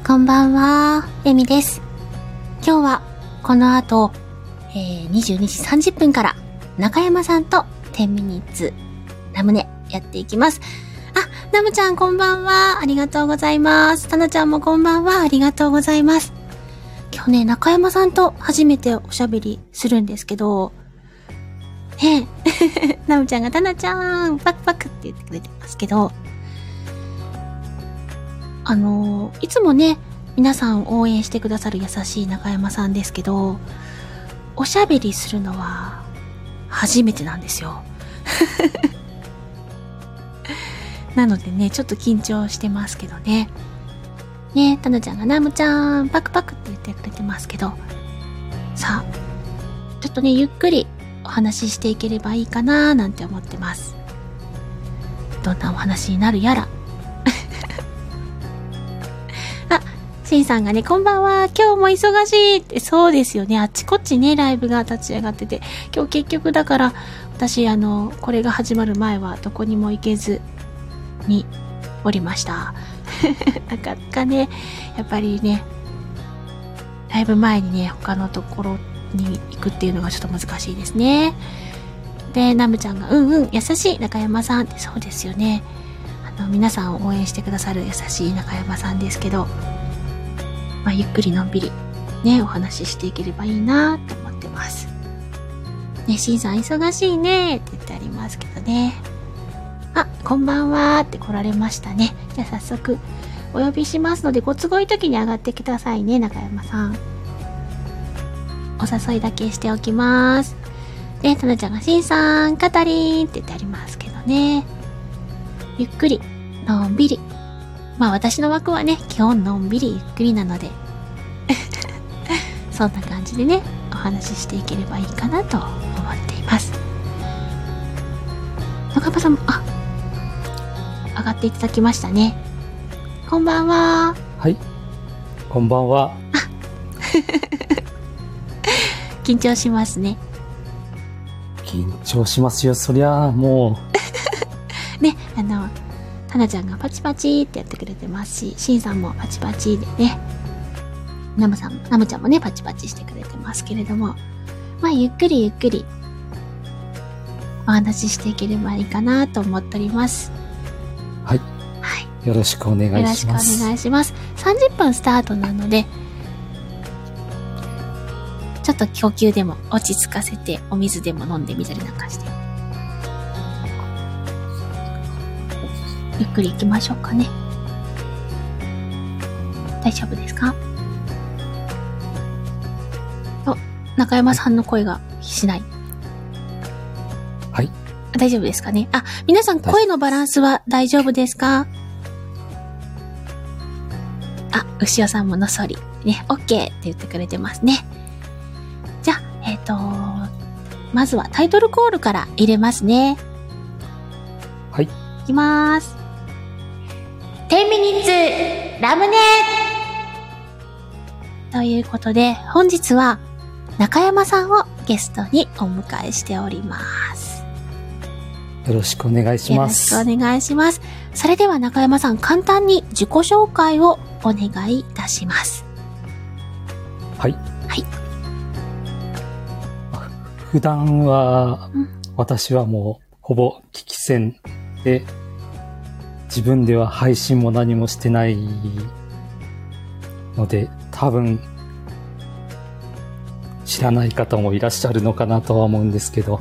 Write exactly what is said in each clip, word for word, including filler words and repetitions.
こんばんは、エミです。今日はこの後、えー、にじゅうにじさんじゅっぷんから中山さんとじゅうミニッツラムネやっていきます。あ、ナムちゃんこんばんは、ありがとうございます。タナちゃんもこんばんは、ありがとうございます。今日ね、中山さんと初めておしゃべりするんですけど、ねえ、ナムちゃんがタナちゃんパクパクって言ってくれてますけど、あのー、いつもね、皆さん応援してくださる優しい中山さんですけど、おしゃべりするのは初めてなんですよ。なのでね、ちょっと緊張してますけどね。ね、タナちゃんがナムちゃんパクパクって言ってくれてますけど、さあ、ちょっとね、ゆっくりお話ししていければいいかなーなんて思ってます。どんなお話になるやら。あ、シンさんがね、こんばんは、今日も忙しいって。そうですよね、あっちこっちね、ライブが立ち上がってて、今日結局だから、私、あの、これが始まる前はどこにも行けずにおりました。なかなかね、やっぱりね、ライブ前にね、他のところに行くっていうのがちょっと難しいですね。で、ナムちゃんが、うんうん、優しい中山さんって、そうですよね。あの、皆さんを応援してくださる優しい中山さんですけど、まあ、ゆっくりのんびり、ね、お話ししていければいいなと思ってます。ね、シンさん忙しいねって言ってありますけどね。あ、こんばんはって来られましたね。じゃあ早速、お呼びしますので、ご都合いい時に上がってくださいね、中山さん。お誘いだけしておきます。で、タナちゃんがシンさん、カタリンって言ってありますけどね。ゆっくり、のんびり。まあ私の枠はね、基本のんびりゆっくりなので。そんな感じでね、お話ししていければいいかなと思っています。中山さんも、あ、上がっていただきましたね。こんばんは。 はい。こんばんは。 緊張しますね。 緊張しますよ、そりゃもう。ね、あの、タナちゃんがパチパチってやってくれてますし、シンさんもパチパチでね、ナムさん、ナムちゃんもね、パチパチしてくれてますけれども、まあ、ゆっくりゆっくり、お話ししていければいいかなと思っております。 はい。 はい。 よろしくお願いします。 よろしくお願いします。さんじゅっぷんスタートなので、ちょっと呼吸でも落ち着かせて、お水でも飲んでみたりなんかして。ゆっくり行きましょうかね。大丈夫ですか？お、中山さんの声がしない。 はい。 大丈夫ですかね。あ、皆さん声のバランスは大丈夫ですか？あ、牛尾さんものそり。ね、OK って言ってくれてますね。じゃあ、えっと、まずはタイトルコールから入れますね。 はい。いきまーす。じゅうミニッツラムネということで、本日は中山さんをゲストにお迎えしております。 よろしくお願いします。 よろしくお願いします。それでは中山さん、簡単に自己紹介をお願いいたします。 はい。 はい。 普段は、うん、私はもうほぼ危機戦で、自分では配信も何もしてないので、多分知らない方もいらっしゃるのかなとは思うんですけど、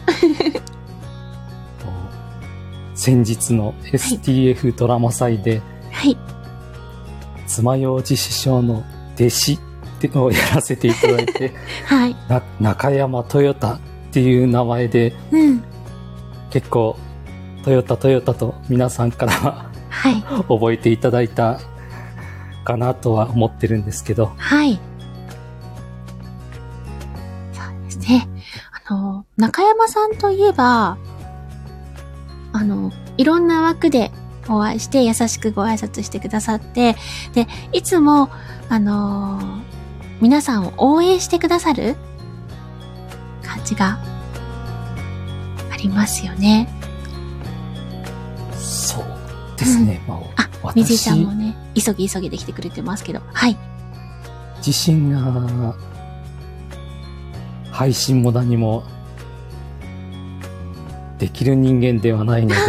先日の エスティーエフ ドラマ祭で、 はい、 爪楊枝師匠の弟子ってのをやらせていただいて、 はい、 な中山トヨタっていう名前で、うん、結構トヨタトヨタと皆さんからは、はい、覚えていただいたかなとは思ってるんですけど、 はい。そうですね。あの、中山さんといえば、あの、いろんな枠でお会いして優しくご挨拶してくださって、で、いつも、あのー、皆さんを応援してくださる感じがありますよね。 そうですね。 うん、あ、 みじちゃんもね、急ぎ急ぎで来てくれてますけど。はい。 自身が、配信も何も、できる人間ではないので、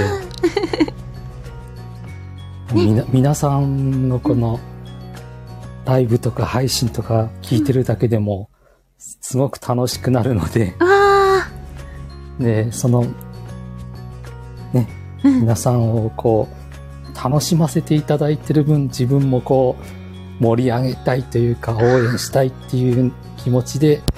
ね、みな、皆さんのこの、ライブとか配信とか聞いてるだけでも、すごく楽しくなるので、で、その、ね、うん、皆さんをこう、楽しませていただいてる分、自分もこう、盛り上げたいというか、応援したいっていう気持ちで、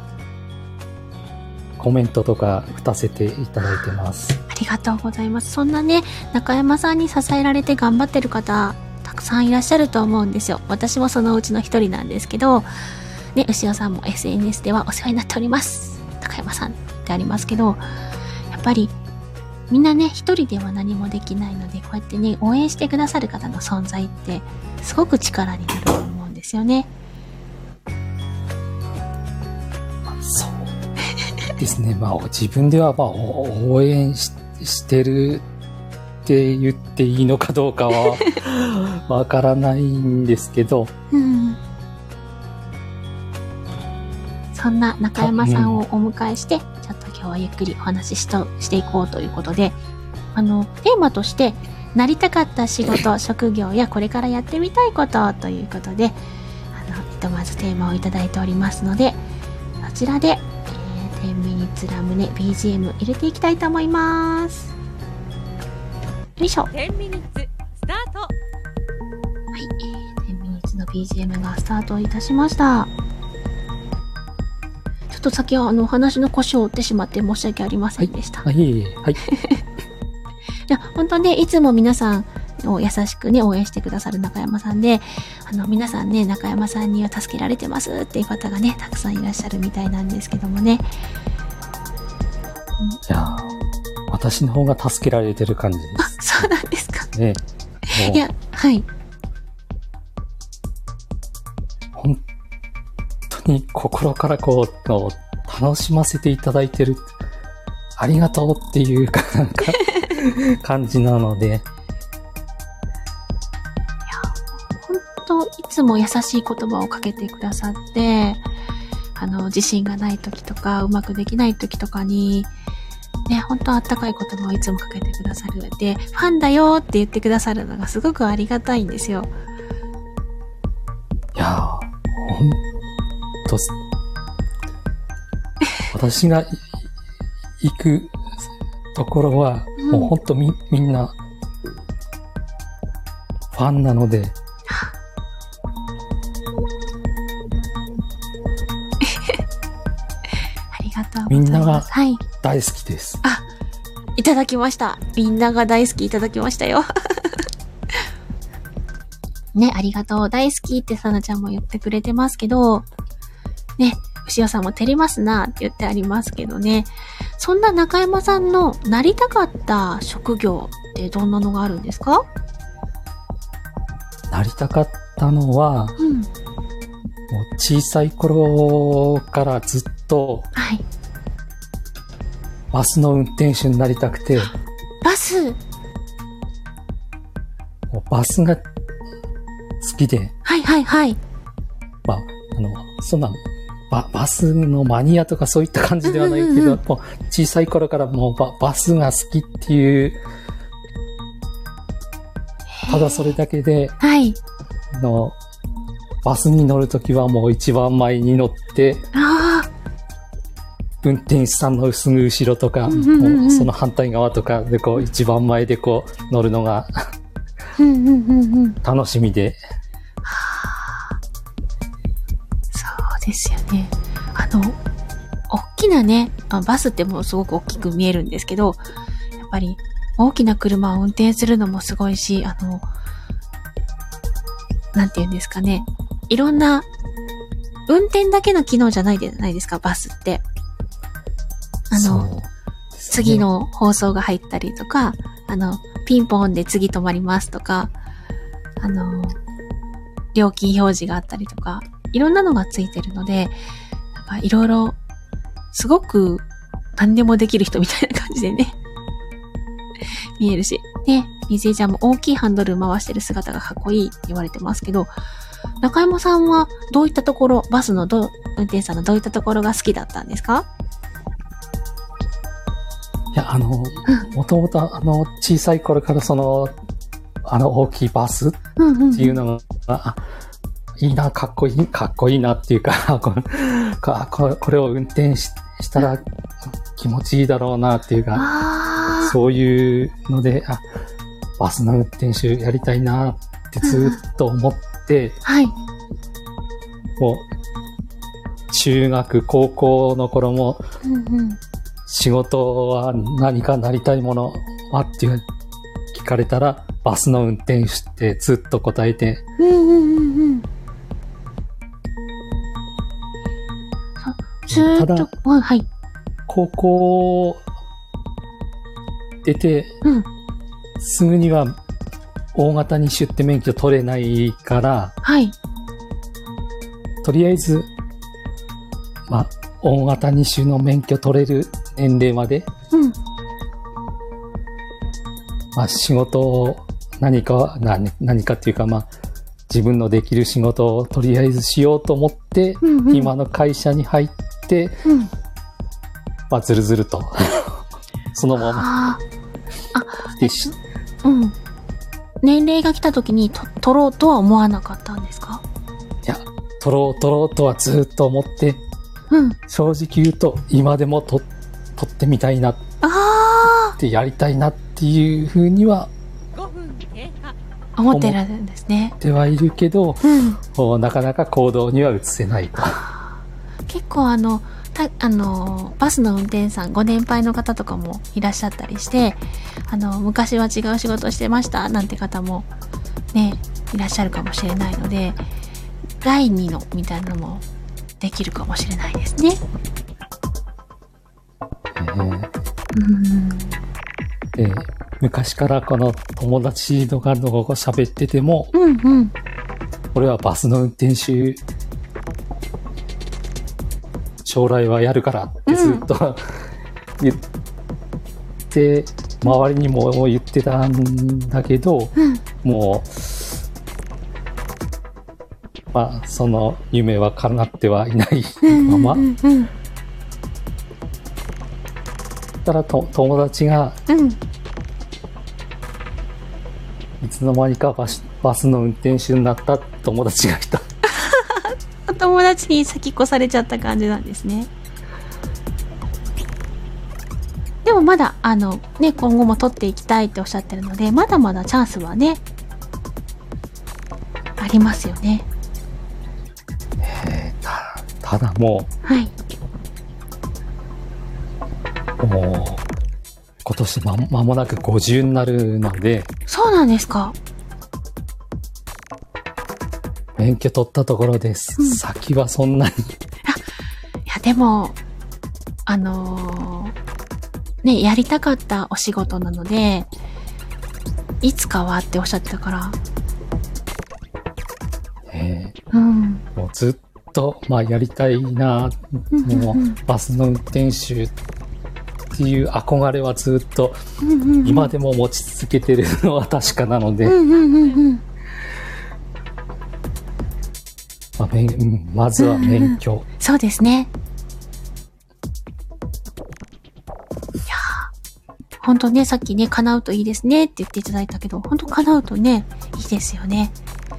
コメントとか打たせていただいてます。 ありがとうございます。そんなね、中山さんに支えられて頑張ってる方、たくさんいらっしゃると思うんですよ。私もそのうちの一人なんですけど、ね、牛尾さんも エスエヌエス ではお世話になっております。中山さんってありますけど、やっぱりみんなね、一人では何もできないので、こうやってね、応援してくださる方の存在って、すごく力になると思うんですよね。 そうですね。まあ、自分ではまあ、応援 し, してるって言っていいのかどうかは、わからないんですけど、うん、 そんな中山さんをお迎えして、ちょっと今日はゆっくりお話ししとしていこうということで、あの、テーマとして、なりたかった仕事、職業やこれからやってみたいことということで、あの、ひとまずテーマをいただいておりますので、そちらで、えー、じゅうミニッツラムネ ビージーエム 入れていきたいと思います。よいしょ。じゅうミニッツスタート。はい、えー、じゅうミニッツの ビージーエム がスタートいたしました。ちょっと先はあのお話の腰を折ってしまって申し訳ありませんでした。 はい、はい、はい。いや、本当ね、いつも皆さんを優しくね、応援してくださる中山さんで、あの、皆さんね、中山さんには助けられてますっていう方がね、たくさんいらっしゃるみたいなんですけどもね。 いや、私の方が助けられてる感じです。 あ、そうなんですか。 ね。 いや、はい。 本当に心からこう、楽しませていただいてる。ありがとうっていうか、なんか、感じなので。いや、 本当いつも優しい言葉をかけてくださって、あの、自信がない時とか、うまくできない時とかに、ね、本当あったかい言葉をいつもかけてくださる。で、ファンだよって言ってくださるのがすごくありがたいんですよ。 いやー、ほんと、私が行くところは、うん、もうほんとみ、みんな、ファンなので、 ありがとうございます。 みんなが大好きです。 はい、あ、いただきました。みんなが大好きいただきましたよ。ね、ありがとう。大好きってさなちゃんも言ってくれてますけど、ね、牛尾さんも照れますなって言ってありますけどね。そんな中山さんのなりたかった職業ってどんなのがあるんですか？ なりたかったのは、うん、もう小さい頃からずっと、はい、バスの運転手になりたくて。 バス？ もうバスが好きで。 はいはいはい。 まあ、あの、そんな、バ, バスのマニアとかそういった感じではないけど、うんうんうん、もう小さい頃からもう バ, バスが好きっていう、ただそれだけで、 はい、 あのバスに乗るときはもう一番前に乗って、 あ運転手さんのすぐ後ろとか、うんうんうん、もうその反対側とかでこう一番前でこう乗るのがうんうんうん、うん、 楽しみで。 そうですよね。あの、大きなね、バスってもうすごく大きく見えるんですけど、やっぱり大きな車を運転するのもすごいし、あの、なんて言うんですかね。いろんな、運転だけの機能じゃないじゃないですか、バスって。あの、ね、次の放送が入ったりとか、あの、ピンポンで次止まりますとか、あの、料金表示があったりとか、いろんなのがついてるので、なんかいろいろ、すごく何でもできる人みたいな感じでね。 見えるし。ね、水江ちゃんも大きいハンドル回してる姿がかっこいいって言われてますけど、中山さんはどういったところ、バスのど運転手さんのどういったところが好きだったんですか？ いや、あの、もともとあの、小さい頃からその、あの大きいバスっていうのが、うんうんうん、いいな、かっこいい、かっこいいなっていうか、これ、これを運転 し, したら気持ちいいだろうなっていうか、そういうので、あ、バスの運転手やりたいなってずっと思って、うんはい、もう、中学、高校の頃も、うんうん、仕事は何かなりたいものはっていう聞かれたら、バスの運転手ってずっと答えて、うんうんうんうん、 ずーっと、ただ、はい、 高校出て、うん、すぐには大型二種って免許取れないから、はい、とりあえず、まあ、大型二種の免許取れる年齢まで、うん、まあ、仕事を何か、何、何かっていうか、まあ、自分のできる仕事をとりあえずしようと思って、うんうん、今の会社に入って、うん、まあ、ずるずると、そのまま。 あ、でし、うん。年齢が来た時にと取ろうとは思わなかったんですか？ いや、取ろう取ろうとはずっと思って、うん、正直言うと、今でもと取ってみたいな、ってやりたいなっていうふうには、 思ってるんですね。 思ってはいるけど、うん、なかなか行動には移せないと。 結構あの、たあのバスの運転手さんご年配の方とかもいらっしゃったりして、あの昔は違う仕事してましたなんて方もねいらっしゃるかもしれないので、だいにのみたいなのもできるかもしれないですね。 えーうんえー、昔からこの友達とかの喋ってても、うんうん、俺はバスの運転手将来はやるからってずっと、うん、言って周りにも言ってたんだけど、うん、もうまあその夢は叶ってはいないまま、うんうんうんうん、たらと友達が、うん、いつの間にかバス、バスの運転手になった友達がいた。 お友達に先越されちゃった感じなんですね。でもまだあのね今後も取っていきたいっておっしゃってるので、まだまだチャンスはねありますよね。 えー、た, ただもう、はい、もう今年ま間もなくごじゅうになるので。 そうなんですか。 免許取ったところです、うん、先はそんなに。あ、いやでもあのー、ねやりたかったお仕事なのでいつかはっておっしゃってたから。 えー、うん、もうずっとまあやりたいな、うんうんうん、もうバスの運転手っていう憧れはずっと今でも持ち続けてるのは確かなので、うんうんうんうんまあ、まずは免許、うんうん、 そうですね。いや本当ねさっきね叶うといいですねって言っていただいたけど、本当叶うとねいいですよね。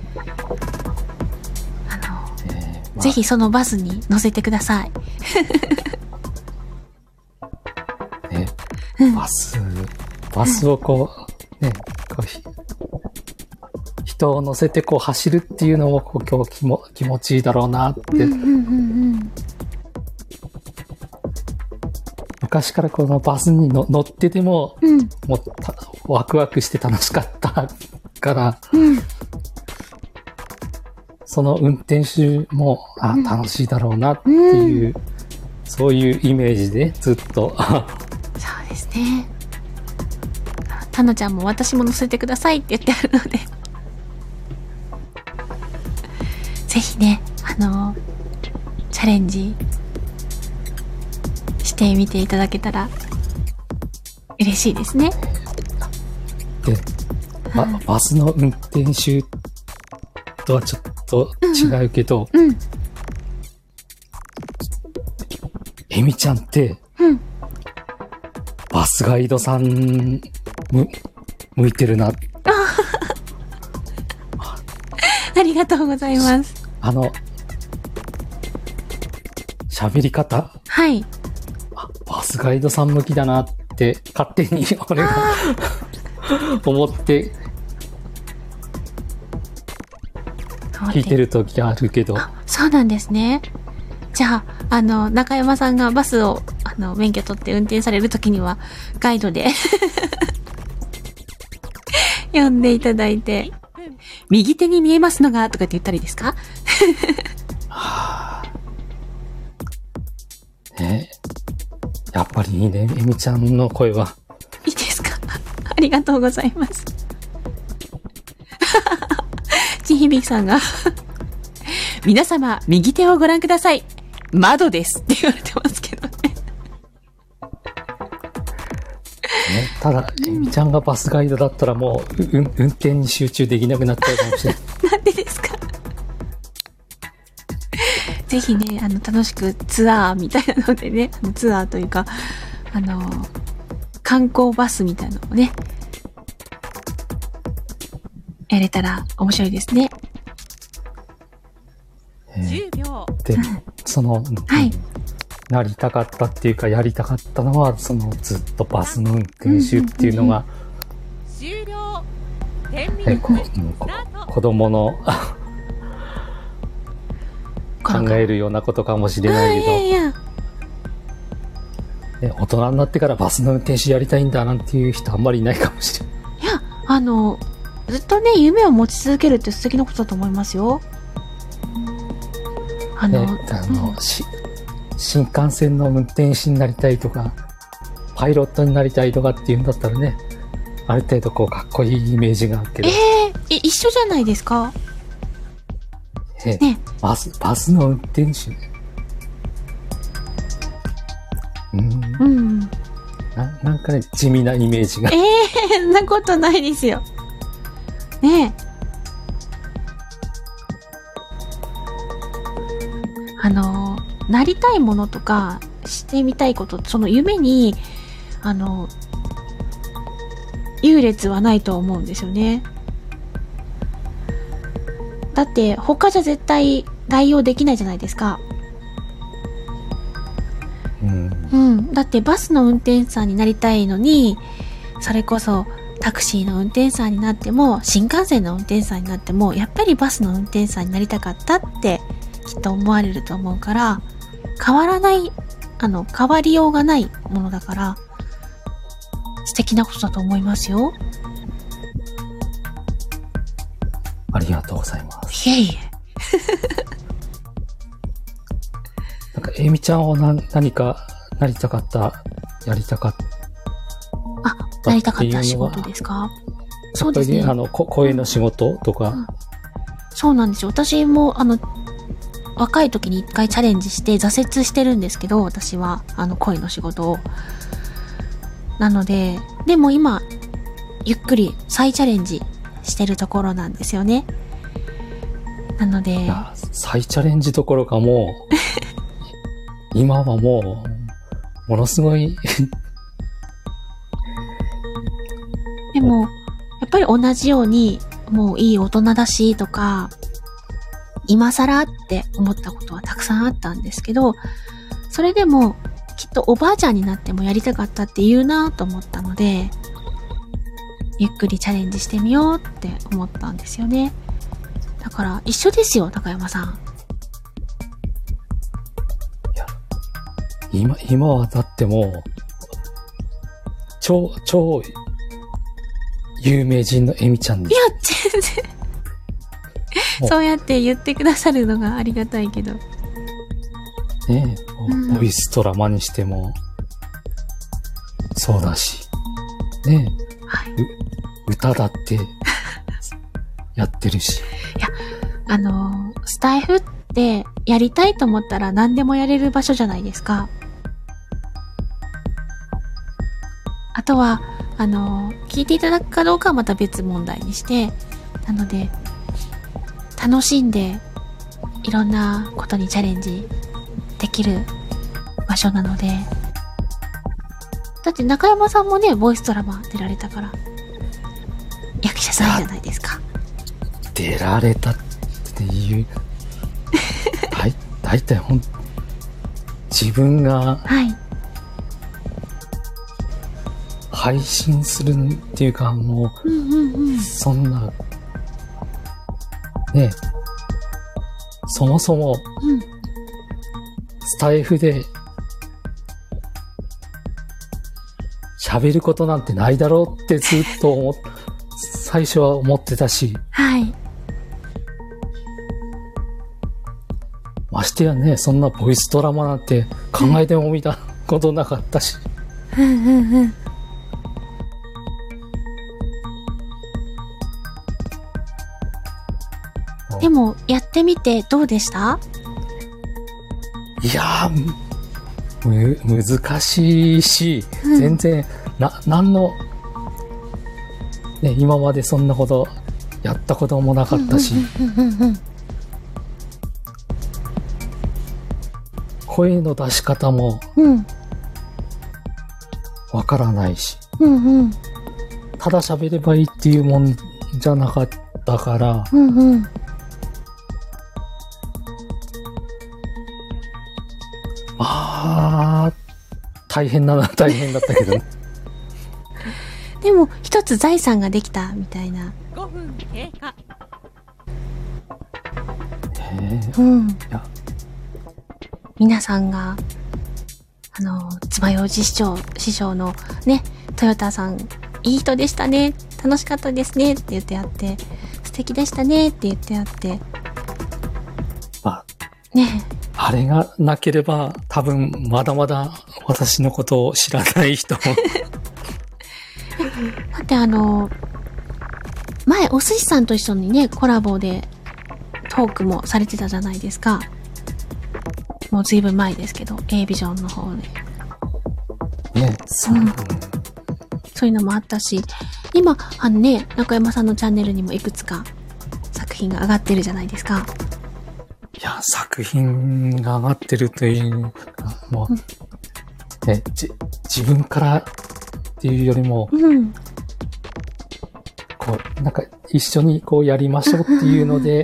あの、えーまあ、ぜひそのバスに乗せてください。 ね、バスバスをこう、うん、ねこう人を乗せてこう走るっていうのもこう今日気も気持ちいいだろうなって、うんうんうんうん、昔からこのバスにの乗ってても、うん、もうワクワクして楽しかったから、うん、その運転手もあ、うん、楽しいだろうなっていう、うん、そういうイメージでずっとそうですね。タノちゃんも私も乗せてくださいって言ってあるのでぜひね、あのー、チャレンジしてみていただけたら嬉しいですね。 で、バ、バスの運転手とはちょっと違うけど、 うんうん、 えみちゃんって、うん、バスガイドさんむ向いてるな。あありがとうございます。 あの喋り方、 はい。 バスガイドさん向きだなって勝手に俺が思って聞いてる時あるけど。 そうなんですね。じゃあ、あの、中山さんがバスを、あの、免許取って運転される時には、ガイドで、呼んでいただいて、右手に見えますのが、とかって言ったらいいですか？ はぁ。え、やっぱりいいね、えみちゃんの声は。 いいですか？ありがとうございます。ちひびきさんが、皆様、右手をご覧ください。窓ですって言われてますけどね。ね、 ただ、えみちゃんがバスガイドだったらもう、うん、運転に集中できなくなっちゃうかもしれない。 なんでですか？ぜひね、あの、楽しくツアーみたいなのでね、あのツアーというか、あの、観光バスみたいなのをね、やれたら面白いですね。 じゅうびょう。で、その、はい、なりたかったっていうか、やりたかったのは、その、ずっとバスの運転手っていうのが、終了。え、こ子供の考えるようなことかもしれないけど、いやいやえ、大人になってからバスの運転手やりたいんだなんていう人あんまりいないかもしれない。 いや、あの、ずっとね、夢を持ち続けるって素敵なことだと思いますよ。 あの、ね、あの、うん、し新幹線の運転手になりたいとか、パイロットになりたいとかっていうんだったらね、ある程度こうかっこいいイメージがあるけど。 えー、え、一緒じゃないですか？ え、ね、バス、バスの運転手。うん。うん。な、なんかね、地味なイメージが。 ええー、そんなことないですよ。ねえ。あの、なりたいものとか、してみたいこと、その夢に、あの、優劣はないと思うんですよね。だって、他じゃ絶対代用できないじゃないですか。うん。うん。だってバスの運転手さんになりたいのに、それこそタクシーの運転手さんになっても、新幹線の運転手さんになっても、やっぱりバスの運転手さんになりたかったってきっと思われると思うから、変わらない、あの、変わりようがないものだから、素敵なことだと思いますよ。 ありがとうございます。 いえいえ。 なんか、えみちゃんは何、何かなりたかった、やりたかった。 あ、なりたかった仕事ですか？そうですね。 あの、声の仕事とか、うんうん。 そうなんですよ。私も、あの、若い時に一回チャレンジして挫折してるんですけど、私は、あの、声の仕事を。なので、でも今、ゆっくり再チャレンジしてるところなんですよね。なので。いや、 再チャレンジどころかもう、今はもう、ものすごい。 でも、やっぱり同じように、もういい大人だしとか、今更って思ったことはたくさんあったんですけど、それでもきっとおばあちゃんになってもやりたかったって言うなと思ったので、ゆっくりチャレンジしてみようって思ったんですよね。だから一緒ですよ、高山さん。 いや、今、今はだってもう、超、超、有名人のえみちゃんです。いや、全然。そうやって言ってくださるのがありがたいけど。 ねえ、うん、ボイストラマにしても、そうだし、ねえ、はい、歌だって、やってるし。 いや、あの、スタイフってやりたいと思ったら何でもやれる場所じゃないですか。あとは、 あの、聞いていただくかどうかはまた別問題にして、なので、楽しんで、いろんなことにチャレンジできる場所なので、だって中山さんもね、ボイスドラマ出られたから、役者さんじゃないですか。 出られたっていう、だい、だいたいほん、自分が、 はい。 配信するっていうか、もう、 うんうんうん、 そんな、ね、そもそも、 うん、 スタイフで、喋ることなんてないだろうってずっと思っ、最初は思ってたし、 はい。 ましてやね、そんなボイスドラマなんて考えてもみたことなかったし。 うんうんうん。でも、やってみてどうでした？ いやー、む、難しいし、うん、全然、な、なんの、ね、今までそんなことやったこともなかったし、声の出し方も、わからないし、 うんうん、 ただ喋ればいいっていうもんじゃなかったから、 うんうん、 ああ、大変だな、大変だったけどね。 でも、一つ財産ができたみたいな。ごふん経過。 へえ。 うん。いや、皆さんが、あの、爪楊枝師匠、師匠のね、トヨタさん、いい人でしたね、楽しかったですねって言ってあって、素敵でしたねって言ってあって。 あ、 ねえ。 あれがなければ、多分、まだまだ私のことを知らない人も。 だってあの、前、お寿司さんと一緒にね、コラボでトークもされてたじゃないですか。もうずいぶん前ですけど、A ビジョンの方で。 ね、そう、うん。 そういうのもあったし、今、あのね、中山さんのチャンネルにもいくつか作品が上がってるじゃないですか。 いや、作品が上がってるというか、もう、うん、ね、じ、自分からっていうよりも、 うん、 こう、なんか一緒にこうやりましょうっていうので、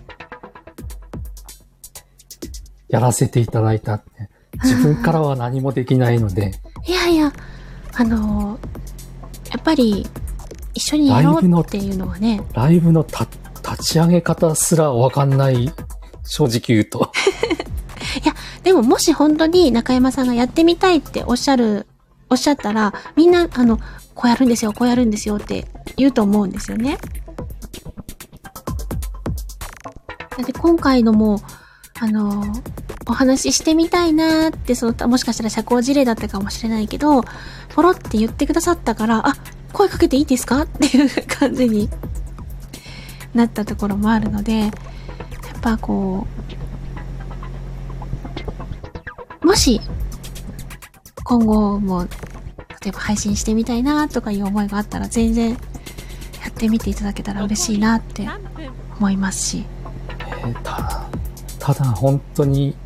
やらせていただいたって。自分からは何もできないので。 いやいや、あのー、やっぱり一緒にやろうっていうのはね。 ライブのた立ち上げ方すらわかんない、正直言うと。 いや、でももし本当に中山さんがやってみたいっておっしゃる、おっしゃったら、みんな、あの、こうやるんですよ、こうやるんですよって言うと思うんですよね。だって今回のも、あの、お話ししてみたいなーって、その、もしかしたら社交辞令だったかもしれないけど、ポロって言ってくださったから、あ、声かけていいですかっていう感じになったところもあるので、やっぱこう、もし、今後も、例えば配信してみたいなとかいう思いがあったら、全然やってみていただけたら嬉しいなって思いますし。 えー、た、ただ本当に、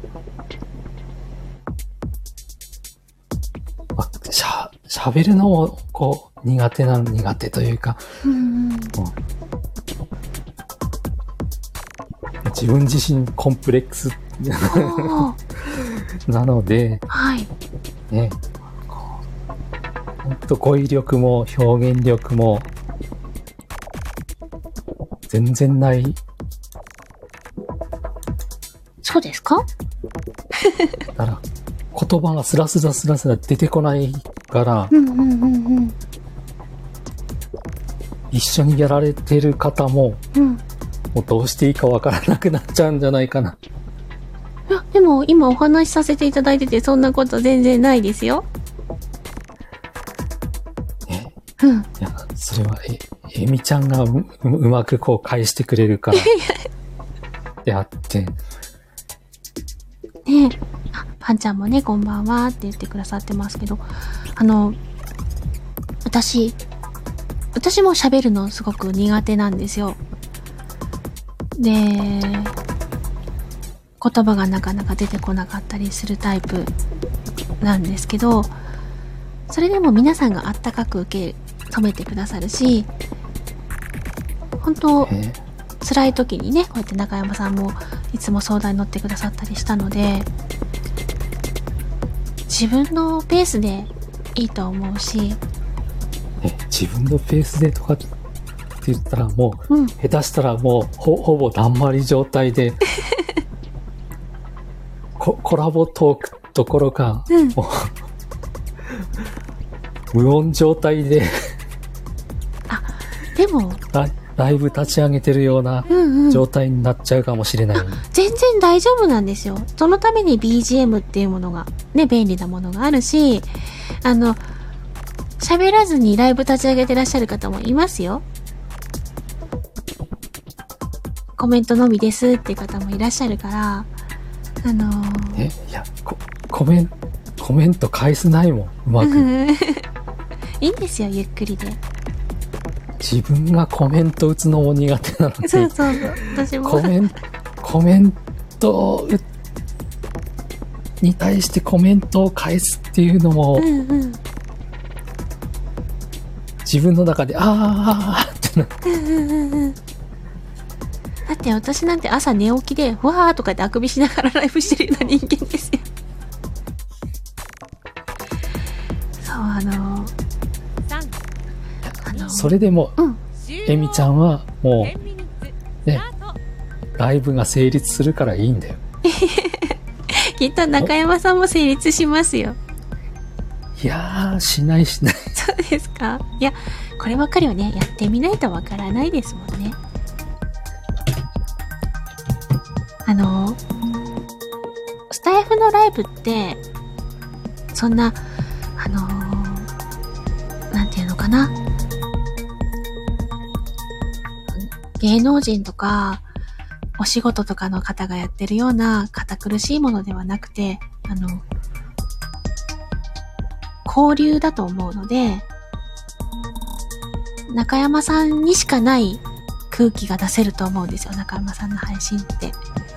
しゃ、喋るのも、こう、苦手なの、苦手というか、 うんうん、 自分自身コンプレックスなので、 はい。 ね、ほんと語彙力も表現力も全然ない。 そうですか？ だから言葉がスラスラスラスラ出てこないから、 うんうんうんうん、 一緒にやられてる方も、 うん、 もうどうしていいかわからなくなっちゃうんじゃないかな。 いや、でも今お話しさせていただいててそんなこと全然ないですよ。 え、 うん。いや、それは、え、えみちゃんが う, う, うまくこう返してくれるからであって。 ねえ、あ、パンちゃんもね、こんばんはって言ってくださってますけど、あの、 私、私も喋るのすごく苦手なんですよ。で、言葉がなかなか出てこなかったりするタイプなんですけど、それでも皆さんがあったかく受け止めてくださるし、本当辛い時にね、こうやって中山さんもいつも相談に乗ってくださったりしたので、自分のペースでいいと思うし。 え、自分のペースでとかって言ったらもう、うん、下手したらもう ほ, ほぼだんまり状態でコ, コラボトークどころか、うん、もう無音状態であ、でもライブ立ち上げてるような状態になっちゃうかもしれない、うんうん、 全然大丈夫なんですよ。そのために ビージーエム っていうものがね、便利なものがあるし、あの喋らずにライブ立ち上げてらっしゃる方もいますよ。コメントのみですっていう方もいらっしゃるから、あのー、 え、いや、コ、コメン、コメント返せないもん、うまく。 いいんですよ、ゆっくりで。 自分がコメント打つのも苦手なので。 そうそうそう、私も。 コメント、コメントに対してコメントを返すっていうのも、うんうん、自分の中で、あーってなって。うんうんうんうん、だって私なんて朝寝起きで、わーとかであくびしながらライブしてるような人間ですよ。そう、あのー、 あのー、それでも、うん、えみちゃんはもう、ね、ライブが成立するからいいんだよ。 きっと中山さんも成立しますよ。 いやー、しないしない。 そうですか？いや、こればっかりはね、やってみないとわからないですもんね。あの、スタイフのライブって、そんな、あのー、なんていうのかな。芸能人とか、お仕事とかの方がやってるような堅苦しいものではなくて、あの、交流だと思うので、中山さんにしかない空気が出せると思うんですよ、中山さんの配信って。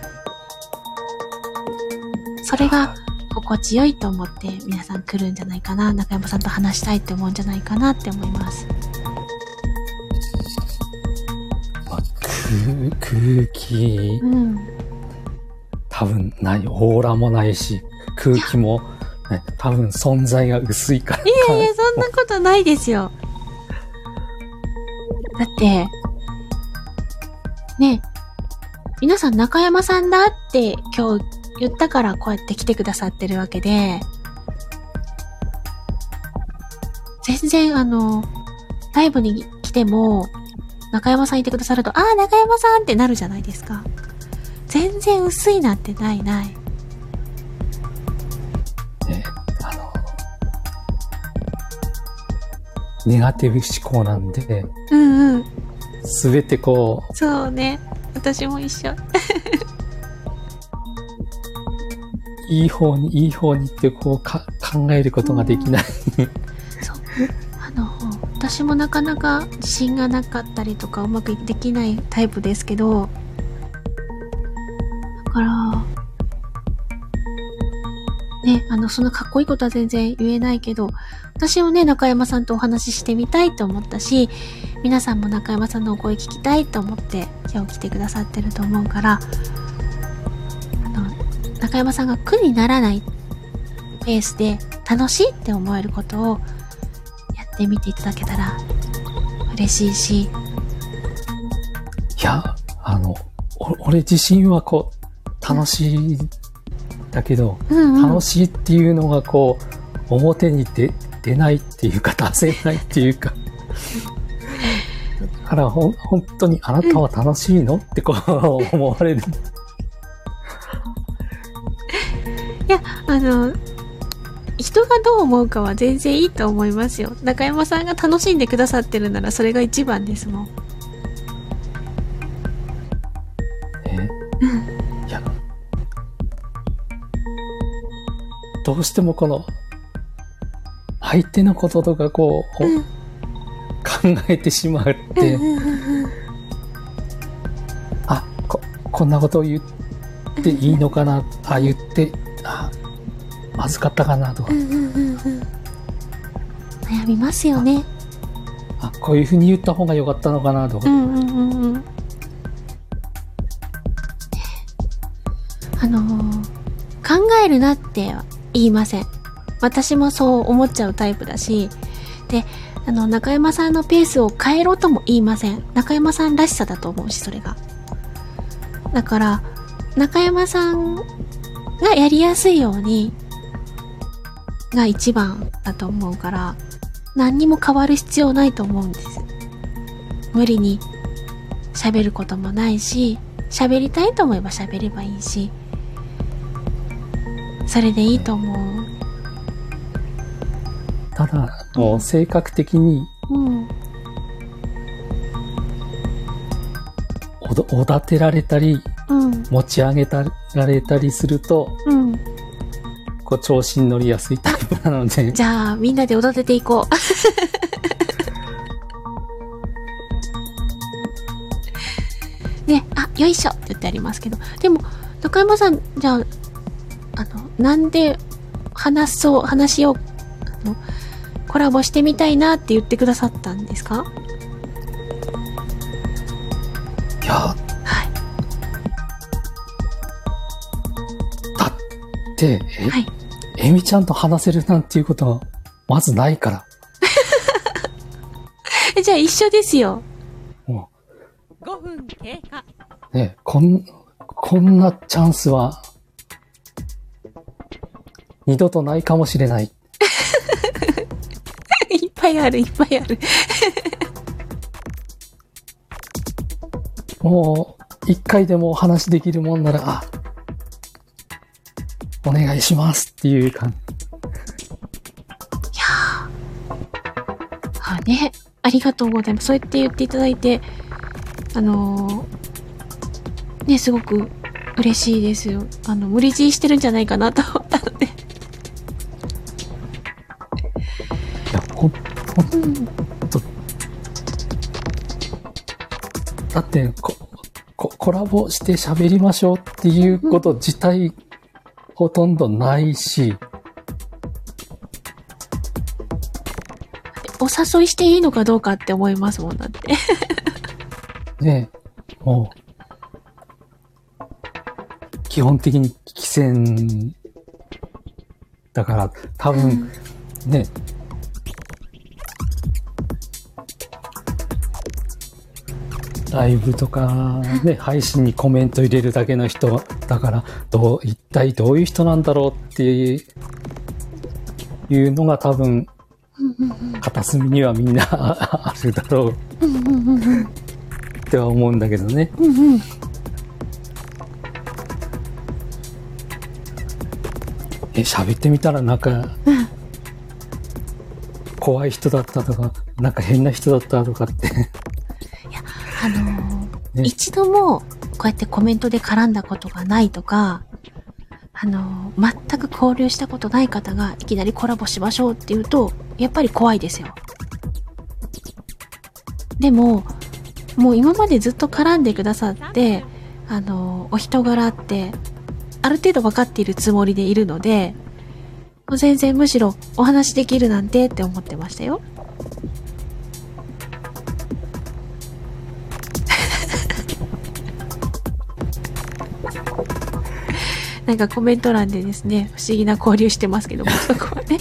それが心地よいと思って皆さん来るんじゃないかな、中山さんと話したいって思うんじゃないかなって思います。 まあ、空, 空気、うん、多分ない、オーラもないし、空気も、ね、多分存在が薄いから。 いやいや、そんなことないですよ。だって、ね、皆さん中山さんだって今日言ったからこうやって来てくださってるわけで、全然あの、ライブに来ても、中山さんいてくださると、あー中山さんってなるじゃないですか。全然薄いなんてないない。 ね、あの、ネガティブ思考なんで、うんうん。すべてこう。そうね。私も一緒。 いい方に、いい方にってこうか考えることができない。そう。 あの、私もなかなか自信がなかったりとかうまくできないタイプですけど、だから、ね、あの、そんなかっこいいことは全然言えないけど、私もね、中山さんとお話ししてみたいと思ったし、皆さんも中山さんのお声聞きたいと思って今日来てくださってると思うから、あの、中山さんが苦にならないペースで楽しいって思えることをやってみていただけたら嬉しいし。いや、あの、俺自身はこう、楽しいだけど、うんうん、楽しいっていうのがこう、表に出、出ないっていうか、出せないっていうか。だからほん、本当にあなたは楽しいの、うん、ってこう思われる。 いや、あの、人がどう思うかは全然いいと思いますよ。中山さんが楽しんでくださってるならそれが一番ですもん。 え、うん、いや、どうしてもこの相手のこととかこう、うん、 えてしまって、あ、こ、こんなことを言っていいのかな、あ、言って、あ、まずかったかなとか。悩みますよね。 あ、こういうふうに言った方が良かったのかなとか。うんうんうんうん。 あのー、考えるなって言いません。私もそう思っちゃうタイプだし、で、あの、中山さんのペースを変えろとも言いません。中山さんらしさだと思うし、それが。だから、中山さんがやりやすいように、が一番だと思うから、何にも変わる必要ないと思うんです。無理に喋ることもないし、喋りたいと思えば喋ればいいし、それでいいと思う。 ただ、もう性格的に、うん、おど、おだてられたり、うん、持ち上げたられたりすると、うん、こう調子に乗りやすいタイプなので。 じゃあ、みんなでおだてていこう。ね、あ、よいしょって言ってありますけど。でも、中山さん、じゃあ、あの、なんで話そう、話しよう、あの、コラボしてみたいなって言ってくださったんですか？ いや、はい。だって、え、はい、えみちゃんと話せるなんていうことは、まずないから。 じゃあ一緒ですよ。 もう。ごふん経過。ね、こん、こんなチャンスは、二度とないかもしれない。 いっぱいある、いっぱいある。 もう、一回でもお話できるもんなら、あ、お願いしますっていう感じ。 いやー。あ、ね、ありがとうございます。そうやって言っていただいて、あのー、ね、すごく嬉しいですよ。あの、無理強いしてるんじゃないかなと思ったので。いや、ほん、ほんと、うん、だってここ、コラボして喋りましょうっていうこと自体、うん、ほとんどないし。 お誘いしていいのかどうかって思いますもんだって。 ねえ、もう、基本的に汽船だから多分、うん、ね、ライブとかね、配信にコメント入れるだけの人だから、どう、一体どういう人なんだろうっていうのが多分、片隅にはみんなあるだろうっては思うんだけどね。え、喋ってみたらなんか、怖い人だったとか、なんか変な人だったとかって。 あのーね、一度もこうやってコメントで絡んだことがないとか、あのー、全く交流したことない方がいきなりコラボしましょうって言うと、やっぱり怖いですよ。でも、もう今までずっと絡んでくださって、あのー、お人柄ってある程度分かっているつもりでいるので、もう全然むしろお話できるなんてって思ってましたよ。なんかコメント欄でですね、不思議な交流してますけども、そこはね。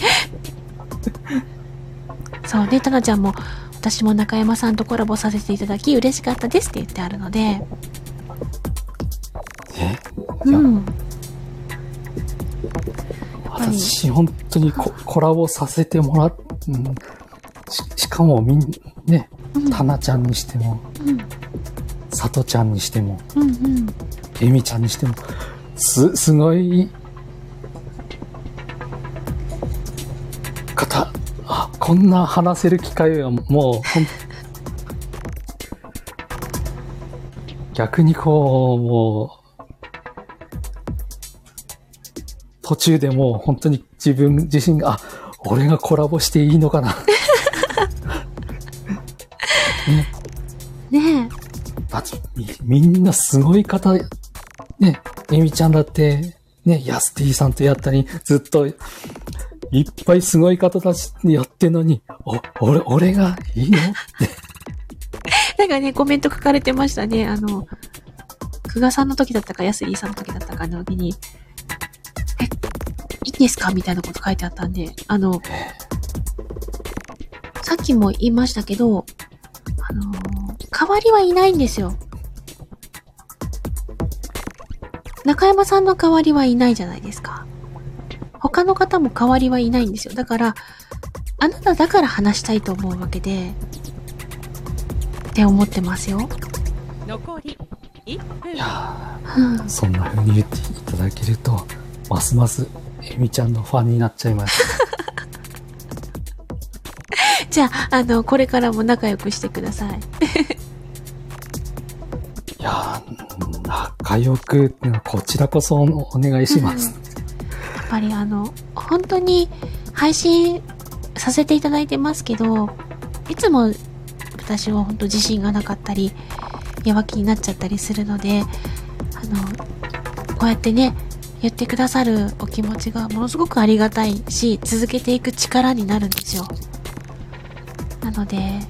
そうね、たなちゃんも、私も中山さんとコラボさせていただき嬉しかったですって言ってあるので。え？うん。 私、本当に コ, コラボさせてもらっ、うん、し, しかもみん、ね、うん、たなちゃんにしても、うん、さとちゃんにしても、うんうん、えみちゃんにしても、す、すごい方、あ、こんな話せる機会はもう、ほん逆にこう、もう、途中でもう本当に自分自身が、あ、俺がコラボしていいのかなっみ、みんなすごい方、ね、えみちゃんだって、ね、ヤスティさんとやったり、ずっと、いっぱいすごい方たちやってんのに、お、俺、俺がいいのって。 なんかね、コメント書かれてましたね。あの、久我さんの時だったか、ヤスリーさんの時だったかの時に、え、いいんですかみたいなこと書いてあったんで、あの、さっきも言いましたけど、あのー、代わりはいないんですよ。中山さんの代わりはいないじゃないですか。他の方も代わりはいないんですよ。だから、あなただから話したいと思うわけで、って思ってますよ。 残りいっぷん。 いやー、うん、そんな風に言っていただけると、ますますえみちゃんのファンになっちゃいます。 じゃあ、あの、これからも仲良くしてください。 いやー、仲良くってのはこちらこそお願いします。うん、やっぱりあの、本当に配信させていただいてますけど、いつも私は本当自信がなかったり、弱気になっちゃったりするので、あの、こうやってね、言ってくださるお気持ちがものすごくありがたいし、続けていく力になるんですよ。なので、ね、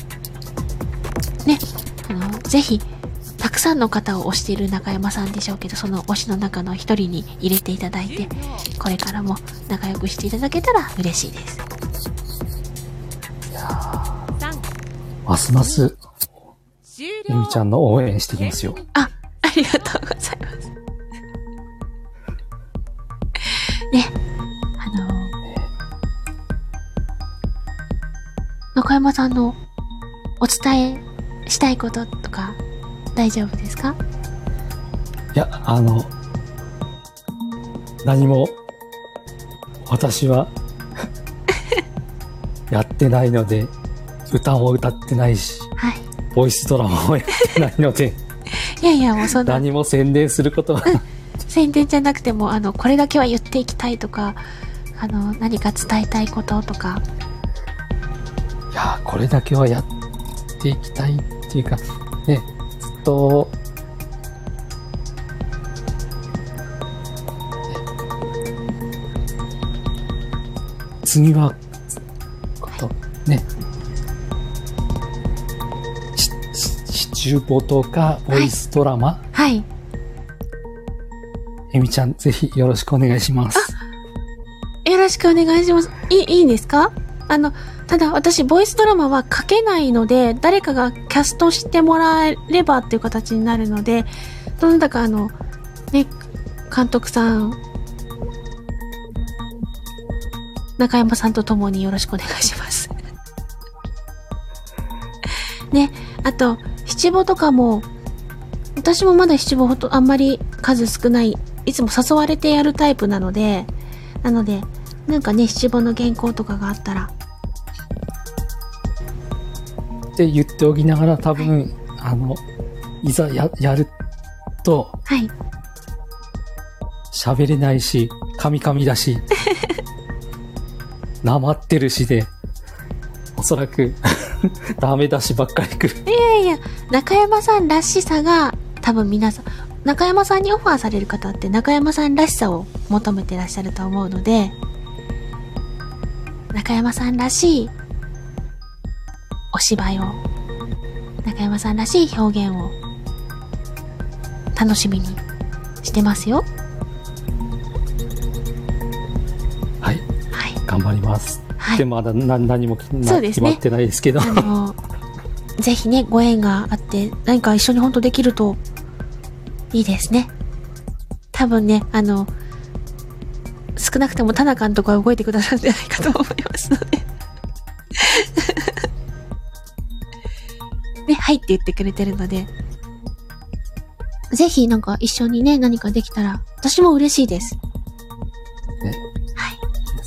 あの、ぜひ、たくさんの方を推している中山さんでしょうけど、その推しの中の一人に入れていただいて、これからも仲良くしていただけたら嬉しいです。 いやー、ますます、えみちゃんの応援していきますよ。 あ、ありがとうございます。ね、あのー、中山さんのお伝えしたいこととか大丈夫ですか？ いや、あの、何も私はやってないので、歌も歌ってないし、 はい、 ボイスドラマもやってないので、 いやいや、もうそんな何も宣伝することは、うん、 宣伝じゃなくても、あの、これだけは言っていきたいとか、あの、何か伝えたいこととか。 いや、これだけはやっていきたいっていうか、ね、ずっと、次は、ことね、シチューボとかボイスドラマ、 はい。 えみちゃん、ぜひよろしくお願いします。 よろしくお願いします。いい、いいんですか？あの、ただ私、ボイスドラマは書けないので、誰かがキャストしてもらえればっていう形になるので、どなたかあの、ね、監督さん、中山さんと共によろしくお願いします。ね、あと、七五とかも、私もまだ七五ほんとあんまり数少ない、いつも誘われてやるタイプなので、なので、なんかね、七五の原稿とかがあったら。 って言っておきながら多分、はい、あの、いざや、やると、 はい。 喋れないし、カミカミだし、なまってるしで、おそらく、ダメ出しばっかり来る。 いやいや、中山さんらしさが、多分皆さん、中山さんにオファーされる方って中山さんらしさを求めてらっしゃると思うので、中山さんらしいお芝居を、中山さんらしい表現を楽しみにしてますよ。 はい。 はい。 頑張ります。はい。でもまだ何, 何も決まってないですけど。 あの、ぜひね、ご縁があって、何か一緒に本当できるといいですね。多分ね、あの、少なくとも田中監督は動いてくださるんじゃないかと思いますので。ね、はいって言ってくれてるので。ぜひなんか一緒にね、何かできたら、私も嬉しいです。 ね。 はい。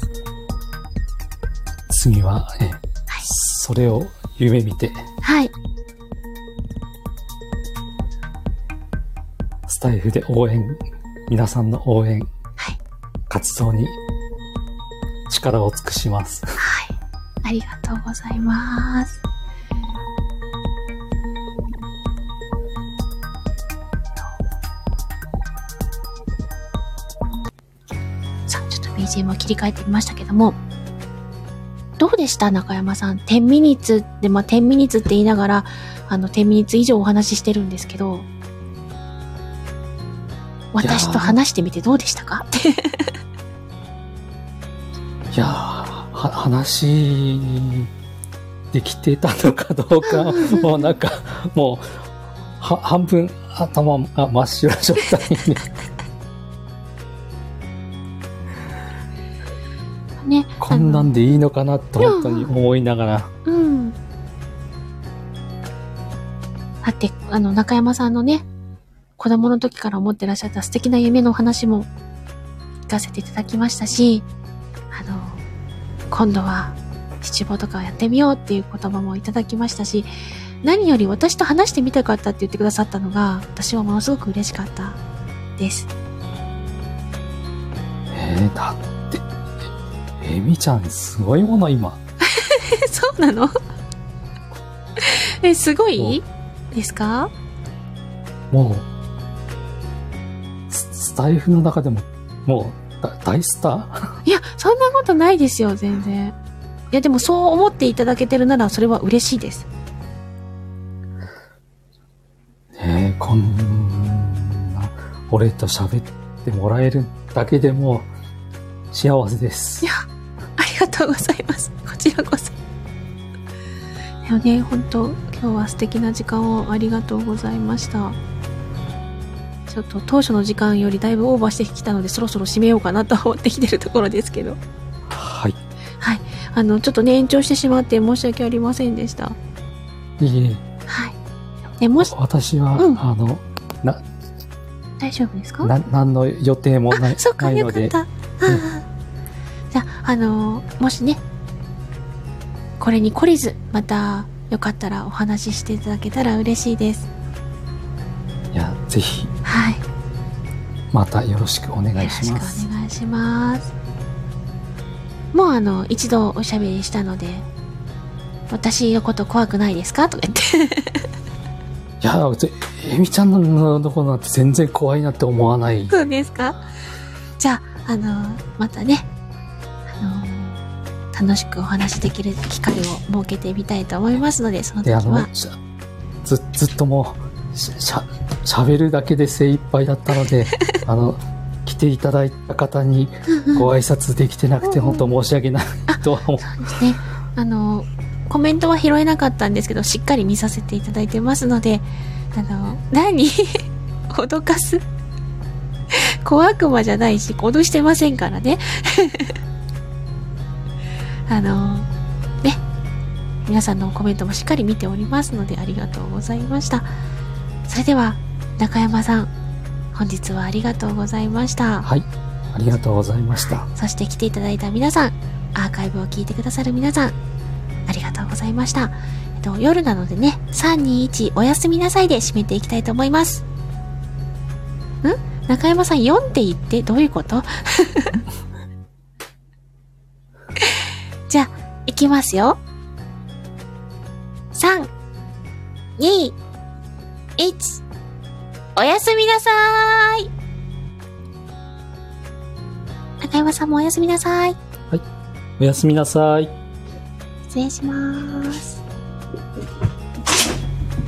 次は、ね、はい、それを夢見て。 はい。 スタイフで応援、皆さんの応援、 はい、 活動に力を尽くします。 はい。ありがとうございます。 ビージーエム を切り替えてみましたけども、どうでした中山さん。じゅうミニッツで、まあ、じゅうミニッツって言いながら、あの、じゅうミニッツ以上お話ししてるんですけど、私と話してみてどうでしたか？ いやー、は、話、できてたのかどうか、もうなんか、もう、は、半分頭が真っ白状態に。ね、こんなんでいいのかなと本当に思いながら。うん。 だって、あの、中山さんのね、子供の時から思ってらっしゃった素敵な夢の話も聞かせていただきましたし、あの、今度は七五とかやってみようっていう言葉もいただきましたし、何より私と話してみたかったって言ってくださったのが、私はものすごく嬉しかったです。 えー、だって、えみちゃんすごいもの今。 そうなの？え、すごいですか？ もう、スタイフの中でも、もう、大スター？ いや、そんなことないですよ、全然。いや、でもそう思っていただけてるなら、それは嬉しいです。 ねえ、こんな、俺と喋ってもらえるだけでも、幸せです。 いや、ありがとうございます。こちらこそ。でもね、本当今日は素敵な時間をありがとうございました。ちょっと当初の時間よりだいぶオーバーしてきたので、そろそろ締めようかなと思ってきてるところですけど。 はい。 はい。あの、ちょっとね、延長してしまって申し訳ありませんでした。 いいえ。 はい。でもし、 私は、うん、あの、な、 大丈夫ですか？ な、何の予定もない、 そっか、 ないので。 よかった。うん、じゃあ、あのー、もしね、これに懲りず、また、よかったらお話ししていただけたら嬉しいです。 いや、ぜひ。 はい。 またよろしくお願いします。 よろしくお願いします。もうあの、一度おしゃべりしたので、私のこと怖くないですかとか言って。 いや、えみちゃんのとこなんて全然怖いなって思わない。 そうですか？じゃあ、あの、またね、あの、楽しくお話できる機会を設けてみたいと思いますので、その時は。 ず、ずっともう、しゃ、喋るだけで精一杯だったので、あの、来ていただいた方にご挨拶できてなくて、本当申し訳ないとは思う。 そうですね。あの、コメントは拾えなかったんですけど、しっかり見させていただいてますので、あの、何脅かす小悪魔じゃないし、脅してませんからね。あの、ね。皆さんのコメントもしっかり見ておりますので、ありがとうございました。それでは、中山さん、本日はありがとうございました。 はい。ありがとうございました。 そして来ていただいた皆さん、アーカイブを聞いてくださる皆さん、ありがとうございました。えっと、夜なのでね、さんにいちおやすみなさいで締めていきたいと思います。ん？中山さんよんって言ってどういうこと？じゃあ、いきますよ。さん、に、いち、おやすみなさーい。中山さんもおやすみなさい。 はい。おやすみなさい。 失礼します。